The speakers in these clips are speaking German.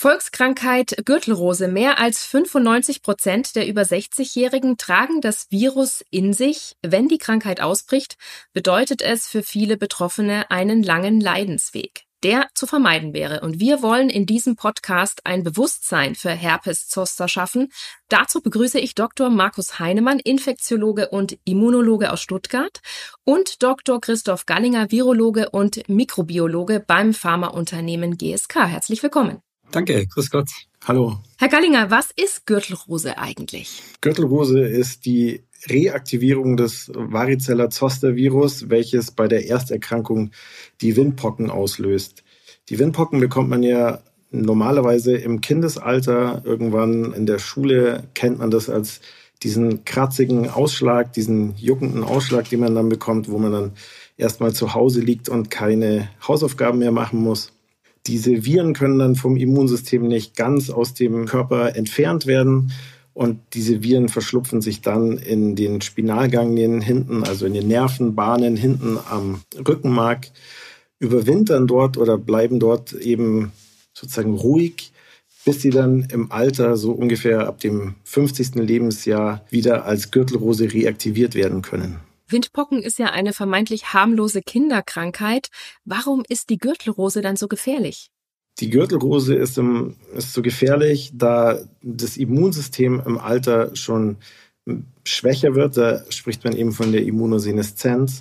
Volkskrankheit Gürtelrose. Mehr als 95% der über 60-Jährigen tragen das Virus in sich. Wenn die Krankheit ausbricht, bedeutet es für viele Betroffene einen langen Leidensweg, der zu vermeiden wäre. Und wir wollen in diesem Podcast ein Bewusstsein für Herpes Zoster schaffen. Dazu begrüße ich Dr. Markus Heinemann, Infektiologe und Immunologe aus Stuttgart, und Dr. Christoph Gallinger, Virologe und Mikrobiologe beim Pharmaunternehmen GSK. Herzlich willkommen. Danke, grüß Gott. Hallo. Herr Gallinger, was ist Gürtelrose eigentlich? Gürtelrose ist die Reaktivierung des Varicella-Zoster-Virus, welches bei der Ersterkrankung die Windpocken auslöst. Die Windpocken bekommt man ja normalerweise im Kindesalter. Irgendwann in der Schule kennt man das als diesen kratzigen Ausschlag, diesen juckenden Ausschlag, den man dann bekommt, wo man dann erstmal zu Hause liegt und keine Hausaufgaben mehr machen muss. Diese Viren können dann vom Immunsystem nicht ganz aus dem Körper entfernt werden und diese Viren verschlupfen sich dann in den Spinalganglien hinten, also in den Nervenbahnen hinten am Rückenmark, überwintern dort oder bleiben dort eben sozusagen ruhig, bis sie dann im Alter so ungefähr ab dem 50. Lebensjahr wieder als Gürtelrose reaktiviert werden können. Windpocken ist ja eine vermeintlich harmlose Kinderkrankheit. Warum ist die Gürtelrose dann so gefährlich? Die Gürtelrose ist so gefährlich, da das Immunsystem im Alter schon schwächer wird. Da spricht man eben von der Immunoseneszenz.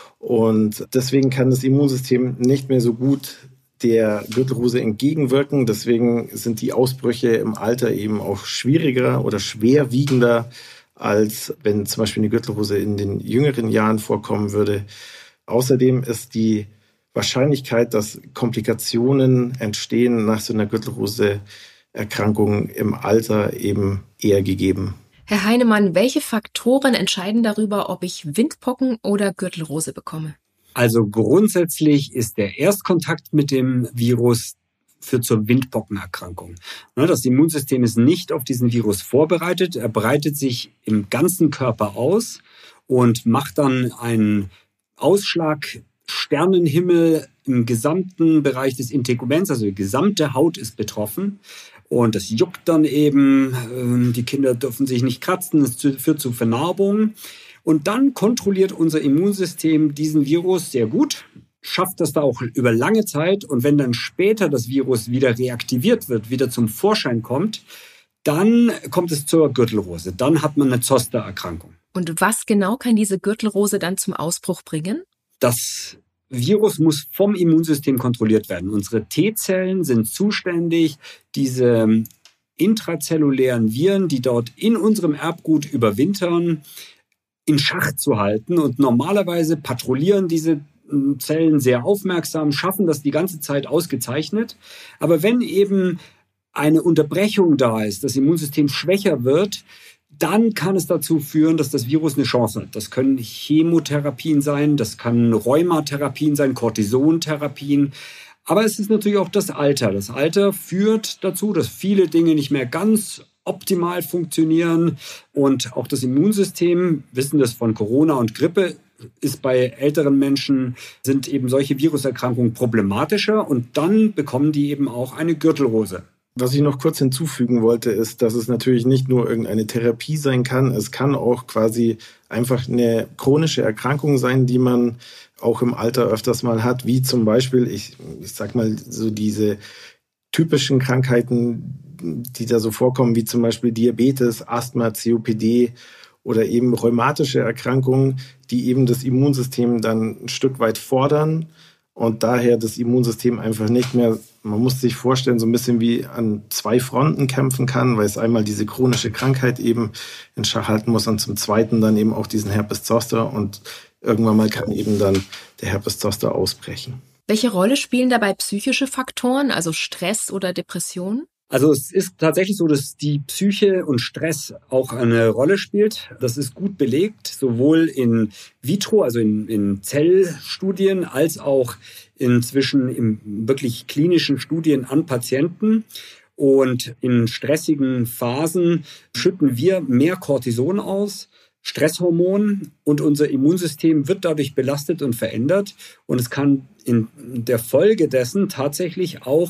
Und deswegen kann das Immunsystem nicht mehr so gut der Gürtelrose entgegenwirken. Deswegen sind die Ausbrüche im Alter eben auch schwieriger oder schwerwiegender, als wenn zum Beispiel eine Gürtelrose in den jüngeren Jahren vorkommen würde. Außerdem ist die Wahrscheinlichkeit, dass Komplikationen entstehen nach so einer Gürtelrose-Erkrankung im Alter eben eher gegeben. Herr Heinemann, welche Faktoren entscheiden darüber, ob ich Windpocken oder Gürtelrose bekomme? Also grundsätzlich ist der Erstkontakt mit dem Virus führt zur Windpockenerkrankung. Das Immunsystem ist nicht auf diesen Virus vorbereitet. Er breitet sich im ganzen Körper aus und macht dann einen Ausschlag, Sternenhimmel im gesamten Bereich des Integuments, also die gesamte Haut ist betroffen. Und das juckt dann eben, die Kinder dürfen sich nicht kratzen, es führt zu Vernarbung. Und dann kontrolliert unser Immunsystem diesen Virus sehr gut, schafft das da auch über lange Zeit. Und wenn dann später das Virus wieder reaktiviert wird, wieder zum Vorschein kommt, dann kommt es zur Gürtelrose. Dann hat man eine Zoster-Erkrankung. Und was genau kann diese Gürtelrose dann zum Ausbruch bringen? Das Virus muss vom Immunsystem kontrolliert werden. Unsere T-Zellen sind zuständig, diese intrazellulären Viren, die dort in unserem Erbgut überwintern, in Schach zu halten. Und normalerweise patrouillieren diese Zellen sehr aufmerksam, schaffen das die ganze Zeit ausgezeichnet. Aber wenn eben eine Unterbrechung da ist, das Immunsystem schwächer wird, dann kann es dazu führen, dass das Virus eine Chance hat. Das können Chemotherapien sein, das kann Rheumatherapien sein, Cortisontherapien. Aber es ist natürlich auch das Alter. Das Alter führt dazu, dass viele Dinge nicht mehr ganz optimal funktionieren. Und auch das Immunsystem, wissen das von Corona und Grippe, ist bei älteren Menschen, sind eben solche Viruserkrankungen problematischer. Und dann bekommen die eben auch eine Gürtelrose. Was ich noch kurz hinzufügen wollte, ist, dass es natürlich nicht nur irgendeine Therapie sein kann. Es kann auch quasi einfach eine chronische Erkrankung sein, die man auch im Alter öfters mal hat, wie zum Beispiel, ich sag mal, so diese typischen Krankheiten, die da so vorkommen, wie zum Beispiel Diabetes, Asthma, COPD oder eben rheumatische Erkrankungen, die eben das Immunsystem dann ein Stück weit fordern. Und daher das Immunsystem einfach nicht mehr, man muss sich vorstellen, so ein bisschen wie an zwei Fronten kämpfen kann, weil es einmal diese chronische Krankheit eben in Schach halten muss und zum Zweiten dann eben auch diesen Herpes Zoster und irgendwann mal kann eben dann der Herpes Zoster ausbrechen. Welche Rolle spielen dabei psychische Faktoren, also Stress oder Depression? Also es ist tatsächlich so, dass die Psyche und Stress auch eine Rolle spielt. Das ist gut belegt, sowohl in vitro, also in Zellstudien, als auch inzwischen in wirklich klinischen Studien an Patienten. Und in stressigen Phasen schütten wir mehr Cortison aus, Stresshormon, und unser Immunsystem wird dadurch belastet und verändert. Und es kann in der Folge dessen tatsächlich auch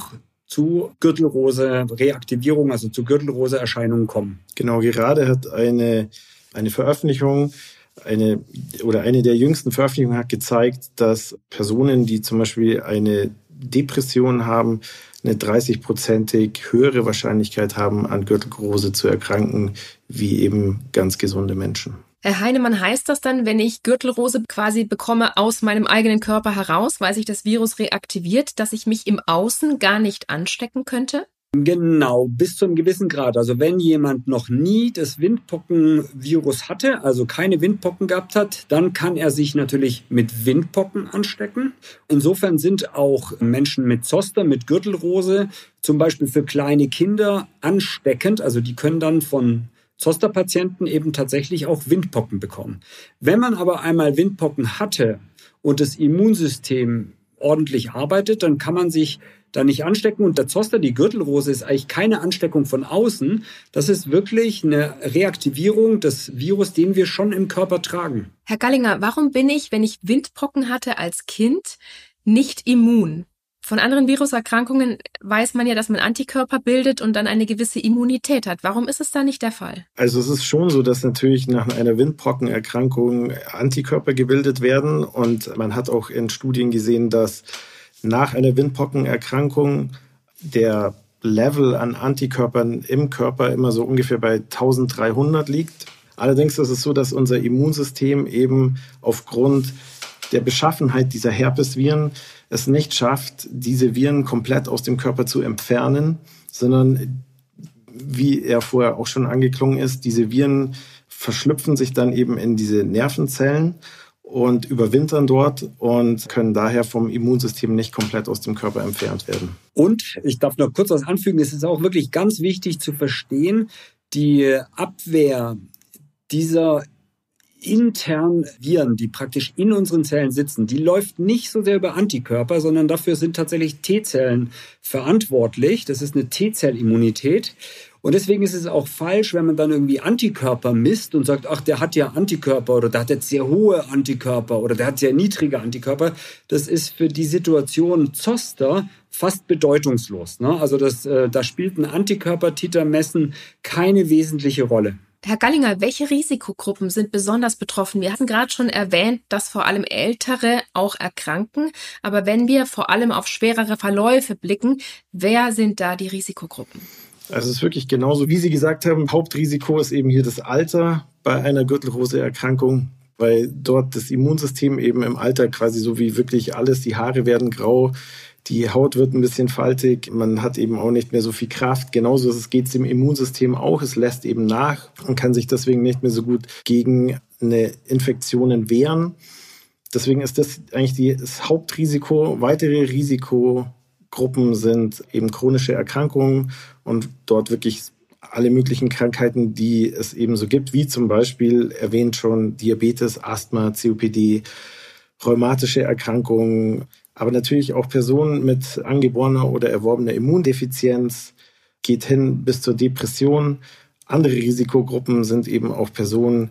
zu Gürtelrose-Reaktivierung, also zu Gürtelrose-Erscheinungen kommen. Genau, gerade hat eine Veröffentlichung, eine der jüngsten Veröffentlichungen hat gezeigt, dass Personen, die zum Beispiel eine Depression haben, eine 30-prozentig höhere Wahrscheinlichkeit haben, an Gürtelrose zu erkranken, wie eben ganz gesunde Menschen. Herr Heinemann, heißt das dann, wenn ich Gürtelrose quasi bekomme aus meinem eigenen Körper heraus, weil sich das Virus reaktiviert, dass ich mich im Außen gar nicht anstecken könnte? Genau, bis zu einem gewissen Grad. Also wenn jemand noch nie das Windpockenvirus hatte, also keine Windpocken gehabt hat, dann kann er sich natürlich mit Windpocken anstecken. Insofern sind auch Menschen mit Zoster, mit Gürtelrose, zum Beispiel für kleine Kinder ansteckend. Also die können dann von Zosterpatienten eben tatsächlich auch Windpocken bekommen. Wenn man aber einmal Windpocken hatte und das Immunsystem ordentlich arbeitet, dann kann man sich da nicht anstecken. Und der Zoster, die Gürtelrose, ist eigentlich keine Ansteckung von außen. Das ist wirklich eine Reaktivierung des Virus, den wir schon im Körper tragen. Herr Gallinger, warum bin ich, wenn ich Windpocken hatte als Kind, nicht immun? Von anderen Viruserkrankungen weiß man ja, dass man Antikörper bildet und dann eine gewisse Immunität hat. Warum ist es da nicht der Fall? Also es ist schon so, dass natürlich nach einer Windpockenerkrankung Antikörper gebildet werden. Und man hat auch in Studien gesehen, dass nach einer Windpockenerkrankung der Level an Antikörpern im Körper immer so ungefähr bei 1300 liegt. Allerdings ist es so, dass unser Immunsystem eben aufgrund der Beschaffenheit dieser Herpesviren es nicht schafft, diese Viren komplett aus dem Körper zu entfernen, sondern, wie er vorher auch schon angeklungen ist, diese Viren verschlüpfen sich dann eben in diese Nervenzellen und überwintern dort und können daher vom Immunsystem nicht komplett aus dem Körper entfernt werden. Und ich darf noch kurz was anfügen, es ist auch wirklich ganz wichtig zu verstehen, die Abwehr dieser internen Viren, die praktisch in unseren Zellen sitzen, die läuft nicht so sehr über Antikörper, sondern dafür sind tatsächlich T-Zellen verantwortlich. Das ist eine T-Zellimmunität. Und deswegen ist es auch falsch, wenn man dann irgendwie Antikörper misst und sagt, ach, der hat ja Antikörper oder der hat jetzt sehr hohe Antikörper oder der hat sehr niedrige Antikörper. Das ist für die Situation Zoster fast bedeutungslos, ne? Also da spielt ein Antikörpertitermessen keine wesentliche Rolle. Herr Gallinger, welche Risikogruppen sind besonders betroffen? Wir hatten gerade schon erwähnt, dass vor allem Ältere auch erkranken. Aber wenn wir vor allem auf schwerere Verläufe blicken, wer sind da die Risikogruppen? Also es ist wirklich genauso, wie Sie gesagt haben. Hauptrisiko ist eben hier das Alter bei einer Gürtelrose-Erkrankung, weil dort das Immunsystem eben im Alter quasi so wie wirklich alles, die Haare werden grau, die Haut wird ein bisschen faltig, man hat eben auch nicht mehr so viel Kraft. Genauso geht es dem Immunsystem auch, es lässt eben nach und kann sich deswegen nicht mehr so gut gegen eine Infektion wehren. Deswegen ist das eigentlich das Hauptrisiko. Weitere Risikogruppen sind eben chronische Erkrankungen und dort wirklich alle möglichen Krankheiten, die es eben so gibt, wie zum Beispiel erwähnt schon Diabetes, Asthma, COPD, rheumatische Erkrankungen, aber natürlich auch Personen mit angeborener oder erworbener Immundefizienz, geht hin bis zur Depression. Andere Risikogruppen sind eben auch Personen,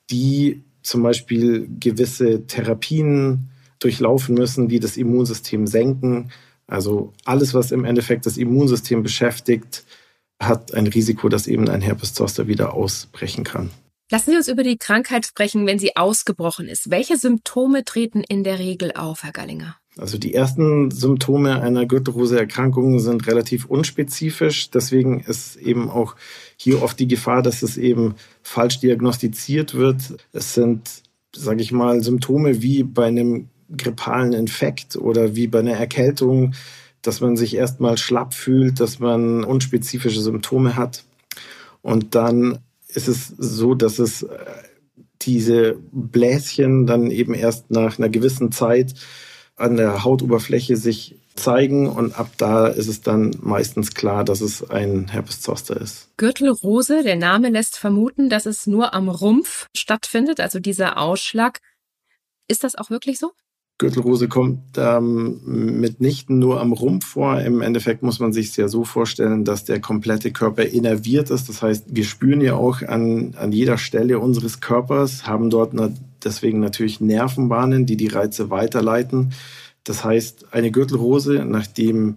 die zum Beispiel gewisse Therapien durchlaufen müssen, die das Immunsystem senken. Also alles, was im Endeffekt das Immunsystem beschäftigt, hat ein Risiko, dass eben ein Herpes-Zoster wieder ausbrechen kann. Lassen Sie uns über die Krankheit sprechen, wenn sie ausgebrochen ist. Welche Symptome treten in der Regel auf, Herr Gallinger? Also die ersten Symptome einer Gürtelrose-Erkrankung sind relativ unspezifisch. Deswegen ist eben auch hier oft die Gefahr, dass es eben falsch diagnostiziert wird. Es sind, sage ich mal, Symptome wie bei einem grippalen Infekt oder wie bei einer Erkältung, dass man sich erstmal schlapp fühlt, dass man unspezifische Symptome hat. Und dann ist es so, dass es diese Bläschen dann eben erst nach einer gewissen Zeit an der Hautoberfläche sich zeigen und ab da ist es dann meistens klar, dass es ein Herpes-Zoster ist. Gürtelrose, der Name lässt vermuten, dass es nur am Rumpf stattfindet, also dieser Ausschlag. Ist das auch wirklich so? Gürtelrose kommt mitnichten nur am Rumpf vor. Im Endeffekt muss man sich es ja so vorstellen, dass der komplette Körper innerviert ist. Das heißt, wir spüren ja auch an jeder Stelle unseres Körpers, haben dort deswegen natürlich Nervenbahnen, die Reize weiterleiten. Das heißt, eine Gürtelrose, nachdem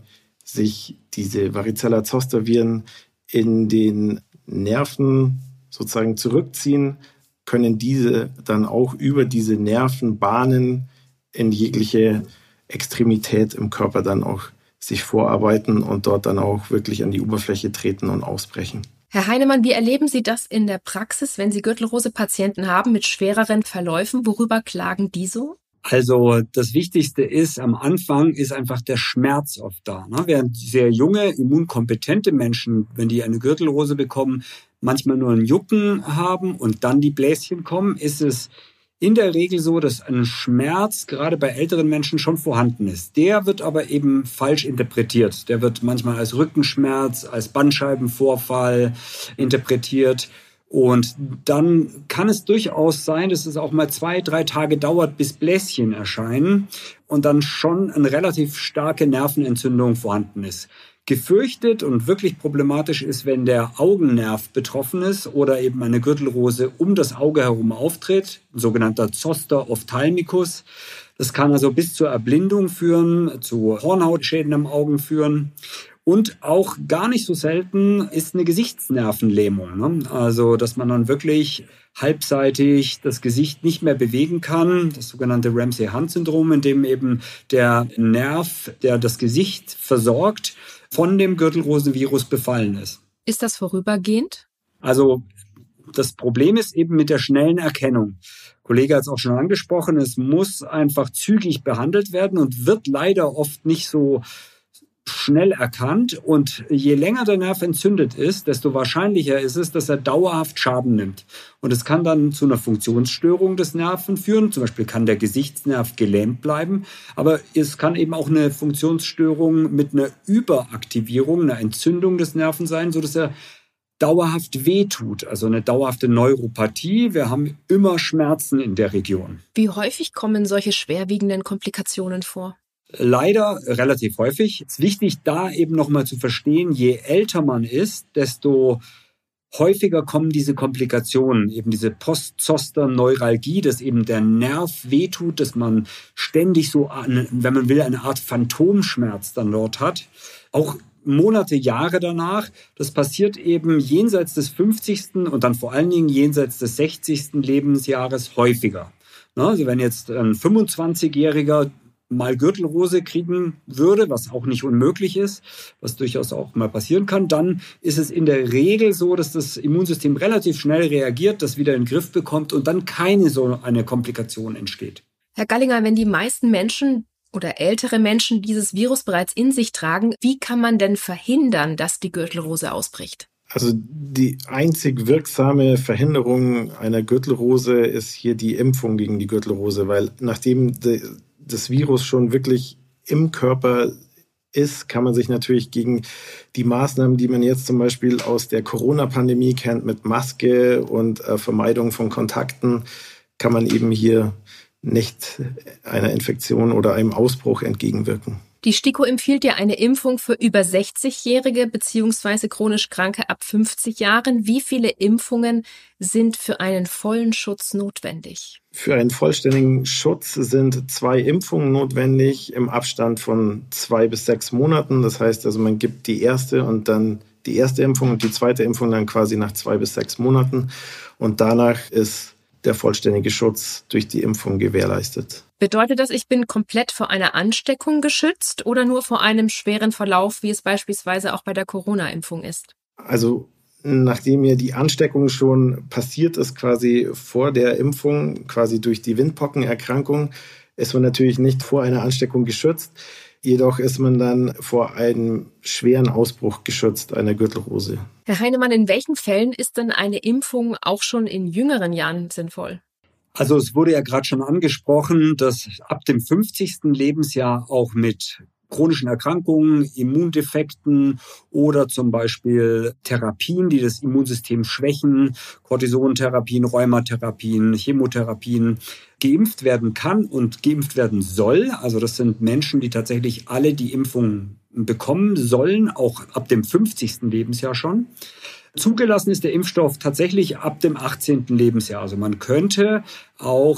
sich diese Varicella-Zoster-Viren in den Nerven sozusagen zurückziehen, können diese dann auch über diese Nervenbahnen in jegliche Extremität im Körper dann auch sich vorarbeiten und dort dann auch wirklich an die Oberfläche treten und ausbrechen. Herr Heinemann, wie erleben Sie das in der Praxis, wenn Sie Gürtelrose-Patienten haben mit schwereren Verläufen? Worüber klagen die so? Also das Wichtigste ist, am Anfang ist einfach der Schmerz oft da. Während sehr junge, immunkompetente Menschen, wenn die eine Gürtelrose bekommen, manchmal nur ein Jucken haben und dann die Bläschen kommen, ist es in der Regel so, dass ein Schmerz gerade bei älteren Menschen schon vorhanden ist. Der wird aber eben falsch interpretiert. Der wird manchmal als Rückenschmerz, als Bandscheibenvorfall interpretiert. Und dann kann es durchaus sein, dass es auch mal 2-3 Tage dauert, bis Bläschen erscheinen und dann schon eine relativ starke Nervenentzündung vorhanden ist. Gefürchtet und wirklich problematisch ist, wenn der Augennerv betroffen ist oder eben eine Gürtelrose um das Auge herum auftritt, ein sogenannter Zoster ophthalmicus. Das kann also bis zur Erblindung führen, zu Hornhautschäden am Augen führen. Und auch gar nicht so selten ist eine Gesichtsnervenlähmung. Also, dass man dann wirklich halbseitig das Gesicht nicht mehr bewegen kann. Das sogenannte Ramsay-Hunt-Syndrom, in dem eben der Nerv, der das Gesicht versorgt, von dem Gürtelrosenvirus befallen ist. Ist das vorübergehend? Also, das Problem ist eben mit der schnellen Erkennung. Der Kollege hat es auch schon angesprochen, es muss einfach zügig behandelt werden und wird leider oft nicht so schnell erkannt. Und je länger der Nerv entzündet ist, desto wahrscheinlicher ist es, dass er dauerhaft Schaden nimmt. Und es kann dann zu einer Funktionsstörung des Nerven führen. Zum Beispiel kann der Gesichtsnerv gelähmt bleiben. Aber es kann eben auch eine Funktionsstörung mit einer Überaktivierung, einer Entzündung des Nerven sein, sodass er dauerhaft wehtut, also eine dauerhafte Neuropathie. Wir haben immer Schmerzen in der Region. Wie häufig kommen solche schwerwiegenden Komplikationen vor? Leider relativ häufig. Es ist wichtig, da eben nochmal zu verstehen, je älter man ist, desto häufiger kommen diese Komplikationen, eben diese Post-Zoster-Neuralgie, dass eben der Nerv wehtut, dass man ständig so, wenn man will, eine Art Phantomschmerz dann dort hat. Auch Monate, Jahre danach. Das passiert eben jenseits des 50. und dann vor allen Dingen jenseits des 60. Lebensjahres häufiger. Also wenn jetzt ein 25-Jähriger mal Gürtelrose kriegen würde, was auch nicht unmöglich ist, was durchaus auch mal passieren kann, dann ist es in der Regel so, dass das Immunsystem relativ schnell reagiert, das wieder in den Griff bekommt und dann keine so eine Komplikation entsteht. Herr Gallinger, wenn die meisten Menschen oder ältere Menschen dieses Virus bereits in sich tragen, wie kann man denn verhindern, dass die Gürtelrose ausbricht? Also die einzig wirksame Verhinderung einer Gürtelrose ist hier die Impfung gegen die Gürtelrose, weil nachdem das Virus schon wirklich im Körper ist, kann man sich natürlich gegen die Maßnahmen, die man jetzt zum Beispiel aus der Corona-Pandemie kennt, mit Maske und Vermeidung von Kontakten, kann man eben hier nicht einer Infektion oder einem Ausbruch entgegenwirken. Die STIKO empfiehlt ja eine Impfung für über 60-Jährige bzw. chronisch Kranke ab 50 Jahren. Wie viele Impfungen sind für einen vollen Schutz notwendig? Für einen vollständigen Schutz sind 2 Impfungen notwendig im Abstand von 2 bis 6 Monaten. Das heißt also, man gibt die erste und dann die erste Impfung und die zweite Impfung dann quasi nach 2 bis 6 Monaten. Und danach ist der vollständige Schutz durch die Impfung gewährleistet. Bedeutet das, ich bin komplett vor einer Ansteckung geschützt oder nur vor einem schweren Verlauf, wie es beispielsweise auch bei der Corona-Impfung ist? Also nachdem ja die Ansteckung schon passiert ist, quasi vor der Impfung, quasi durch die Windpockenerkrankung, ist man natürlich nicht vor einer Ansteckung geschützt. Jedoch ist man dann vor einem schweren Ausbruch geschützt, einer Gürtelrose. Herr Heinemann, in welchen Fällen ist denn eine Impfung auch schon in jüngeren Jahren sinnvoll? Also es wurde ja gerade schon angesprochen, dass ab dem 50. Lebensjahr auch mit chronischen Erkrankungen, Immundefekten oder zum Beispiel Therapien, die das Immunsystem schwächen, Cortisontherapien, Rheumatherapien, Chemotherapien, geimpft werden kann und geimpft werden soll. Also das sind Menschen, die tatsächlich alle die Impfung bekommen sollen, auch ab dem 50. Lebensjahr schon. Zugelassen ist der Impfstoff tatsächlich ab dem 18. Lebensjahr. Also man könnte auch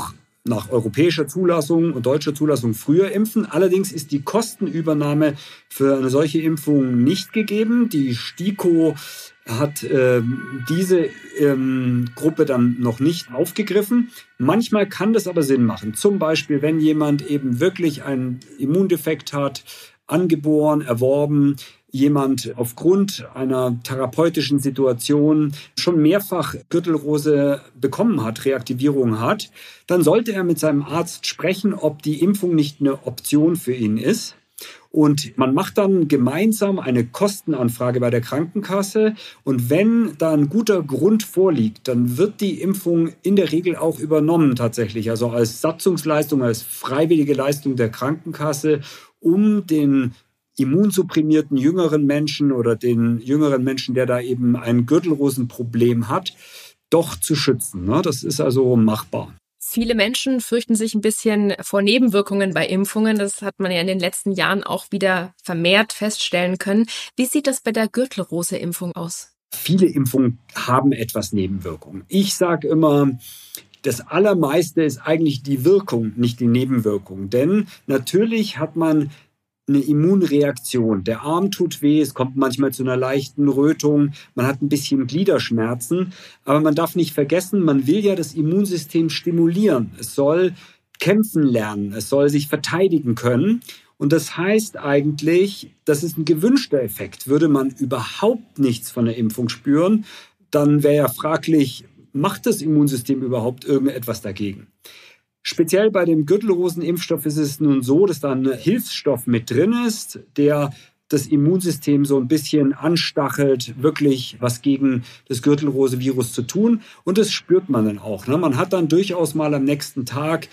nach europäischer Zulassung und deutscher Zulassung früher impfen. Allerdings ist die Kostenübernahme für eine solche Impfung nicht gegeben. Die STIKO hat diese Gruppe dann noch nicht aufgegriffen. Manchmal kann das aber Sinn machen. Zum Beispiel, wenn jemand eben wirklich einen Immundefekt hat, angeboren, erworben, jemand aufgrund einer therapeutischen Situation schon mehrfach Gürtelrose bekommen hat, Reaktivierung hat, dann sollte er mit seinem Arzt sprechen, ob die Impfung nicht eine Option für ihn ist. Und man macht dann gemeinsam eine Kostenanfrage bei der Krankenkasse. Und wenn da ein guter Grund vorliegt, dann wird die Impfung in der Regel auch übernommen tatsächlich. Also als Satzungsleistung, als freiwillige Leistung der Krankenkasse, um den immunsupprimierten jüngeren Menschen oder den jüngeren Menschen, der da eben ein Gürtelrosenproblem hat, doch zu schützen. Das ist also machbar. Viele Menschen fürchten sich ein bisschen vor Nebenwirkungen bei Impfungen. Das hat man ja in den letzten Jahren auch wieder vermehrt feststellen können. Wie sieht das bei der Gürtelrose-Impfung aus? Viele Impfungen haben etwas Nebenwirkungen. Ich sage immer, das Allermeiste ist eigentlich die Wirkung, nicht die Nebenwirkung. Denn natürlich hat man eine Immunreaktion. Der Arm tut weh, es kommt manchmal zu einer leichten Rötung, man hat ein bisschen Gliederschmerzen, aber man darf nicht vergessen, man will ja das Immunsystem stimulieren. Es soll kämpfen lernen, es soll sich verteidigen können. Und das heißt eigentlich, das ist ein gewünschter Effekt. Würde man überhaupt nichts von der Impfung spüren, dann wäre ja fraglich, macht das Immunsystem überhaupt irgendetwas dagegen? Speziell bei dem Gürtelrosenimpfstoff ist es nun so, dass da ein Hilfsstoff mit drin ist, der das Immunsystem so ein bisschen anstachelt, wirklich was gegen das Gürtelrose-Virus zu tun. Und das spürt man dann auch. Man hat dann durchaus mal am nächsten Tag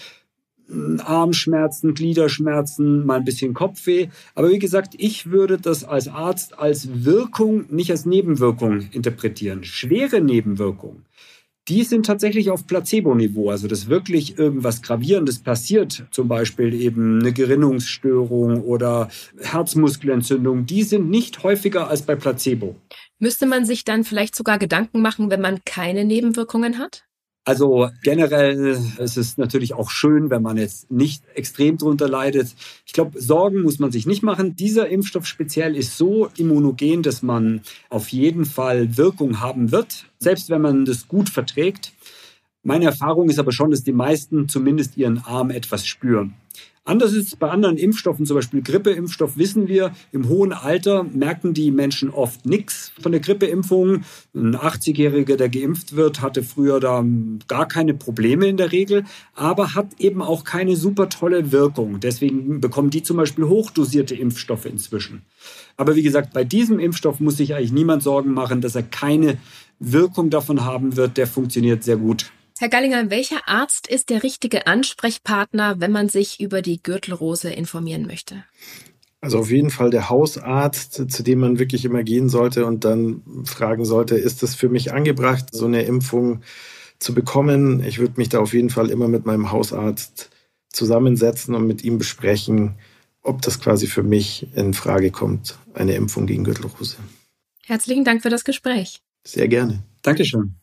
Armschmerzen, Gliederschmerzen, mal ein bisschen Kopfweh. Aber wie gesagt, ich würde das als Arzt als Wirkung, nicht als Nebenwirkung interpretieren. Schwere Nebenwirkungen, die sind tatsächlich auf Placebo-Niveau, also dass wirklich irgendwas Gravierendes passiert, zum Beispiel eben eine Gerinnungsstörung oder Herzmuskelentzündung, die sind nicht häufiger als bei Placebo. Müsste man sich dann vielleicht sogar Gedanken machen, wenn man keine Nebenwirkungen hat? Also generell ist es natürlich auch schön, wenn man jetzt nicht extrem drunter leidet. Ich glaube, Sorgen muss man sich nicht machen. Dieser Impfstoff speziell ist so immunogen, dass man auf jeden Fall Wirkung haben wird, selbst wenn man das gut verträgt. Meine Erfahrung ist aber schon, dass die meisten zumindest ihren Arm etwas spüren. Anders ist es bei anderen Impfstoffen, zum Beispiel Grippeimpfstoff, wissen wir, im hohen Alter merken die Menschen oft nichts von der Grippeimpfung. Ein 80-Jähriger, der geimpft wird, hatte früher da gar keine Probleme in der Regel, aber hat eben auch keine super tolle Wirkung. Deswegen bekommen die zum Beispiel hochdosierte Impfstoffe inzwischen. Aber wie gesagt, bei diesem Impfstoff muss sich eigentlich niemand Sorgen machen, dass er keine Wirkung davon haben wird. Der funktioniert sehr gut. Herr Gallinger, welcher Arzt ist der richtige Ansprechpartner, wenn man sich über die Gürtelrose informieren möchte? Also auf jeden Fall der Hausarzt, zu dem man wirklich immer gehen sollte und dann fragen sollte, ist es für mich angebracht, so eine Impfung zu bekommen? Ich würde mich da auf jeden Fall immer mit meinem Hausarzt zusammensetzen und mit ihm besprechen, ob das quasi für mich in Frage kommt, eine Impfung gegen Gürtelrose. Herzlichen Dank für das Gespräch. Sehr gerne. Dankeschön.